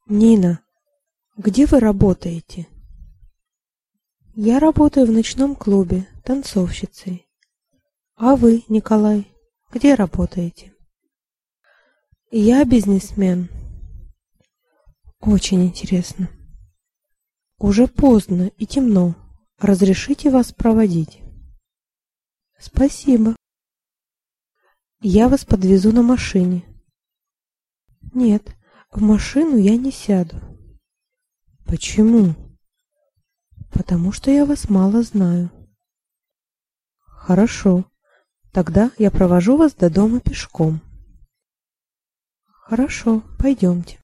Нина, где вы работаете? Я работаю в ночном клубе, танцовщицей. А вы, Николай, где работаете? Я бизнесмен. Очень интересно. Уже поздно и темно. Разрешите вас проводить? Спасибо. Я вас подвезу на машине. Нет, в машину я не сяду. Почему? Потому что я вас мало знаю. Хорошо. Тогда я провожу вас до дома пешком. Хорошо, пойдемте.